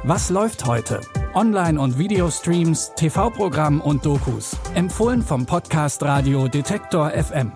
Was läuft heute? Online- und Videostreams, TV-Programm und Dokus. Empfohlen vom Podcast Radio Detektor FM.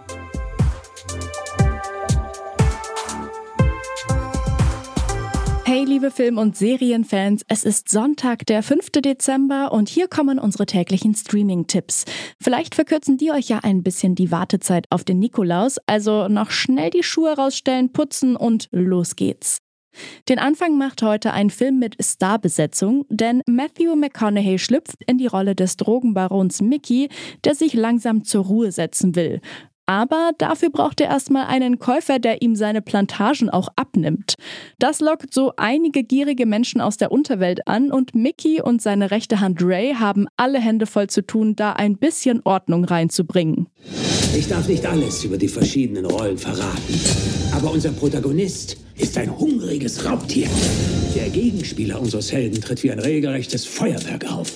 Hey liebe Film- und Serienfans, es ist Sonntag, der 5. Dezember und hier kommen unsere täglichen Streaming-Tipps. Vielleicht verkürzen die euch ja ein bisschen die Wartezeit auf den Nikolaus, also noch schnell die Schuhe rausstellen, putzen und los geht's. Den Anfang macht heute ein Film mit Starbesetzung, denn Matthew McConaughey schlüpft in die Rolle des Drogenbarons Mickey, der sich langsam zur Ruhe setzen will. Aber dafür braucht er erstmal einen Käufer, der ihm seine Plantagen auch abnimmt. Das lockt so einige gierige Menschen aus der Unterwelt an und Mickey und seine rechte Hand Ray haben alle Hände voll zu tun, da ein bisschen Ordnung reinzubringen. Ich darf nicht alles über die verschiedenen Rollen verraten, aber unser Protagonist ist ein hungriges Raubtier. Der Gegenspieler unseres Helden tritt wie ein regelrechtes Feuerwerk auf.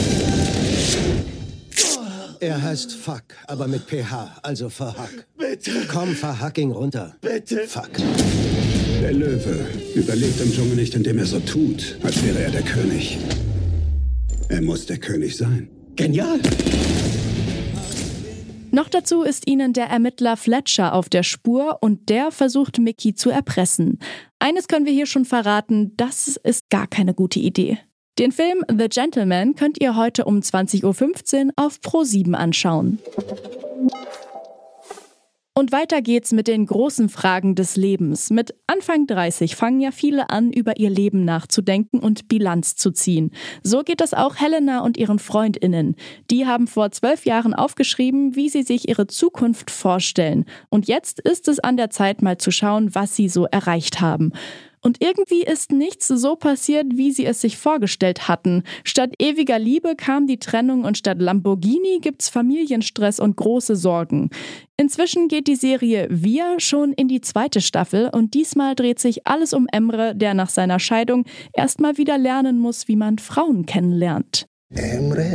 Er heißt Fuck, aber mit PH, also verhack. Bitte. Komm, verhack ihn runter. Bitte. Fuck. Der Löwe überlebt im Dschungel nicht, indem er so tut, als wäre er der König. Er muss der König sein. Genial. Noch dazu ist ihnen der Ermittler Fletcher auf der Spur und der versucht Mickey zu erpressen. Eines können wir hier schon verraten, das ist gar keine gute Idee. Den Film The Gentleman könnt ihr heute um 20.15 Uhr auf Pro7 anschauen. Und weiter geht's mit den großen Fragen des Lebens. Mit Anfang 30 fangen ja viele an, über ihr Leben nachzudenken und Bilanz zu ziehen. So geht es auch Helena und ihren FreundInnen. Die haben vor 12 Jahren aufgeschrieben, wie sie sich ihre Zukunft vorstellen. Und jetzt ist es an der Zeit, mal zu schauen, was sie so erreicht haben. Und irgendwie ist nichts so passiert, wie sie es sich vorgestellt hatten. Statt ewiger Liebe kam die Trennung und statt Lamborghini gibt's Familienstress und große Sorgen. Inzwischen geht die Serie Wir schon in die 2. Staffel und diesmal dreht sich alles um Emre, der nach seiner Scheidung erstmal wieder lernen muss, wie man Frauen kennenlernt. Emre.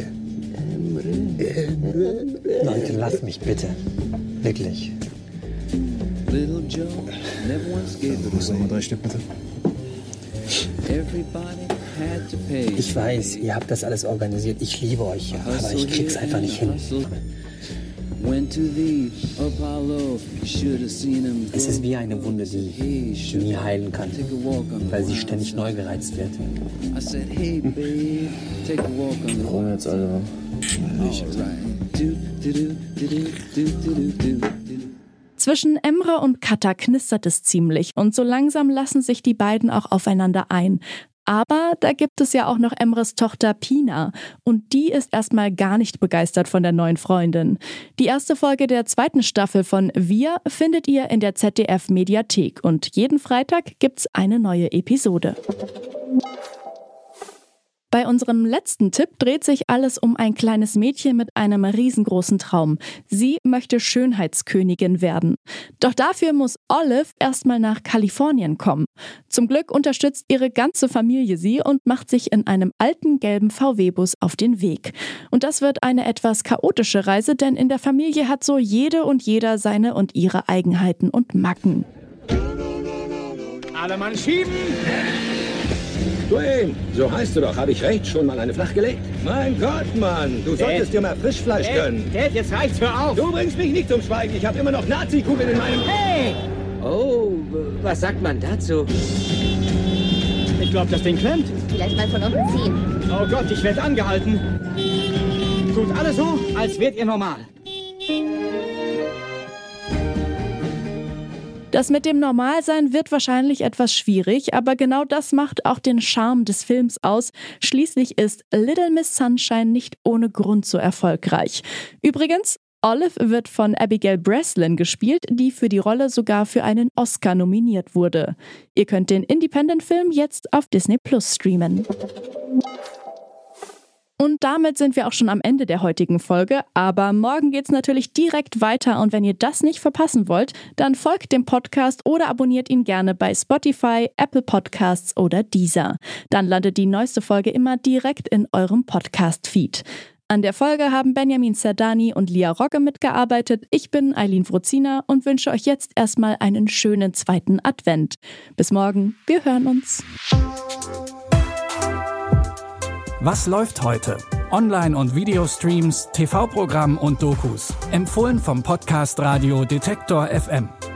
Leute, lasst mich bitte. Wirklich. Little Joe never once gave it Muss nochmal 3 Stück, bitte. Everybody had to pay. Ich weiß, ihr habt das alles organisiert. Ich liebe euch, ja, aber ich krieg's einfach nicht hin. Went to the Apollo, should have seen him. Es ist wie eine Wunde, die nie heilen kann, weil sie ständig neu gereizt wird. I said, hey babe, take a walk on the Warum jetzt alle? Zwischen Emre und Katha knistert es ziemlich und so langsam lassen sich die beiden auch aufeinander ein. Aber da gibt es ja auch noch Emres Tochter Pina und die ist erstmal gar nicht begeistert von der neuen Freundin. Die erste Folge der 2. Staffel von Wir findet ihr in der ZDF-Mediathek und jeden Freitag gibt's eine neue Episode. Bei unserem letzten Tipp dreht sich alles um ein kleines Mädchen mit einem riesengroßen Traum. Sie möchte Schönheitskönigin werden. Doch dafür muss Olive erstmal nach Kalifornien kommen. Zum Glück unterstützt ihre ganze Familie sie und macht sich in einem alten gelben VW-Bus auf den Weg. Und das wird eine etwas chaotische Reise, denn in der Familie hat so jede und jeder seine und ihre Eigenheiten und Macken. Alle Mann schieben! Dwayne, so heißt du doch. Habe ich recht? Schon mal eine flach gelegt? Mein Gott, Mann. Du solltest dir mal Frischfleisch gönnen. Dad, jetzt reicht's, hör auf. Du bringst mich nicht zum Schweigen. Ich habe immer noch Nazi-Kugeln in meinem... Hey! Oh, was sagt man dazu? Ich glaube, das Ding klemmt. Vielleicht mal von unten ziehen. Oh Gott, ich werde angehalten. Tut alles so, als wärt ihr normal. Das mit dem Normalsein wird wahrscheinlich etwas schwierig, aber genau das macht auch den Charme des Films aus. Schließlich ist Little Miss Sunshine nicht ohne Grund so erfolgreich. Übrigens, Olive wird von Abigail Breslin gespielt, die für die Rolle sogar für einen Oscar nominiert wurde. Ihr könnt den Independent-Film jetzt auf Disney Plus streamen. Und damit sind wir auch schon am Ende der heutigen Folge, aber morgen geht's natürlich direkt weiter und wenn ihr das nicht verpassen wollt, dann folgt dem Podcast oder abonniert ihn gerne bei Spotify, Apple Podcasts oder Deezer. Dann landet die neueste Folge immer direkt in eurem Podcast-Feed. An der Folge haben Benjamin Zerdani und Lia Rogge mitgearbeitet. Ich bin Eileen Frozina und wünsche euch jetzt erstmal einen schönen 2. Advent. Bis morgen, wir hören uns. Was läuft heute? Online- und Videostreams, TV-Programm und Dokus. Empfohlen vom Podcast Radio Detektor FM.